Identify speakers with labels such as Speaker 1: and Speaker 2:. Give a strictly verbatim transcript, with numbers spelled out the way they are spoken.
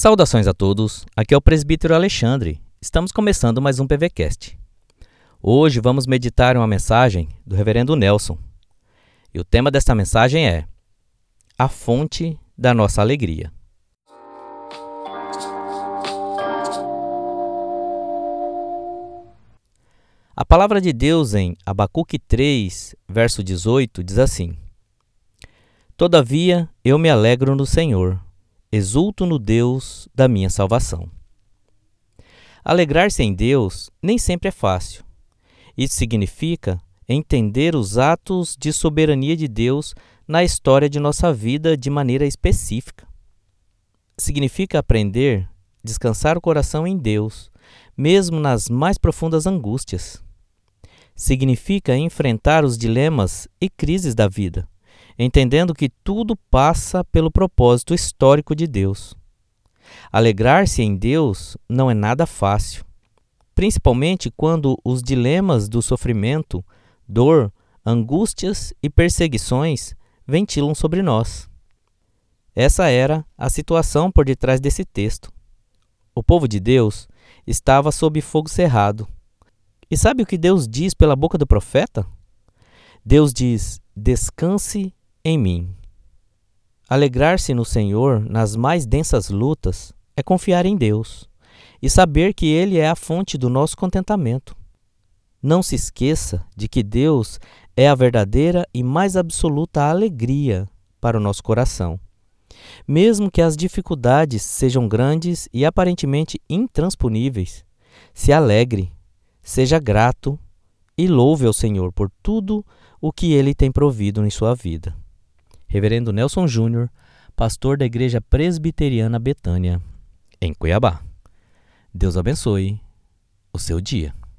Speaker 1: Saudações a todos, aqui é o presbítero Alexandre. Estamos começando mais um PVCast. Hoje vamos meditar em uma mensagem do reverendo Nelson. E o tema desta mensagem é A Fonte da Nossa Alegria. A palavra de Deus em Abacuque três, verso dezoito, diz assim: Todavia eu me alegro no Senhor, exulto no Deus da minha salvação. Alegrar-se em Deus nem sempre é fácil. Isso significa entender os atos de soberania de Deus na história de nossa vida de maneira específica. Significa aprender, descansar o coração em Deus, mesmo nas mais profundas angústias. Significa enfrentar os dilemas e crises da vida, entendendo que tudo passa pelo propósito histórico de Deus. Alegrar-se em Deus não é nada fácil, principalmente quando os dilemas do sofrimento, dor, angústias e perseguições ventilam sobre nós. Essa era a situação por detrás desse texto. O povo de Deus estava sob fogo cerrado. E sabe o que Deus diz pela boca do profeta? Deus diz: descanse em mim. Alegrar-se no Senhor nas mais densas lutas é confiar em Deus e saber que Ele é a fonte do nosso contentamento. Não se esqueça de que Deus é a verdadeira e mais absoluta alegria para o nosso coração. Mesmo que as dificuldades sejam grandes e aparentemente intransponíveis, se alegre, seja grato e louve ao Senhor por tudo o que Ele tem provido em sua vida. Reverendo Nelson Júnior, pastor da Igreja Presbiteriana Betânia, em Cuiabá. Deus abençoe o seu dia.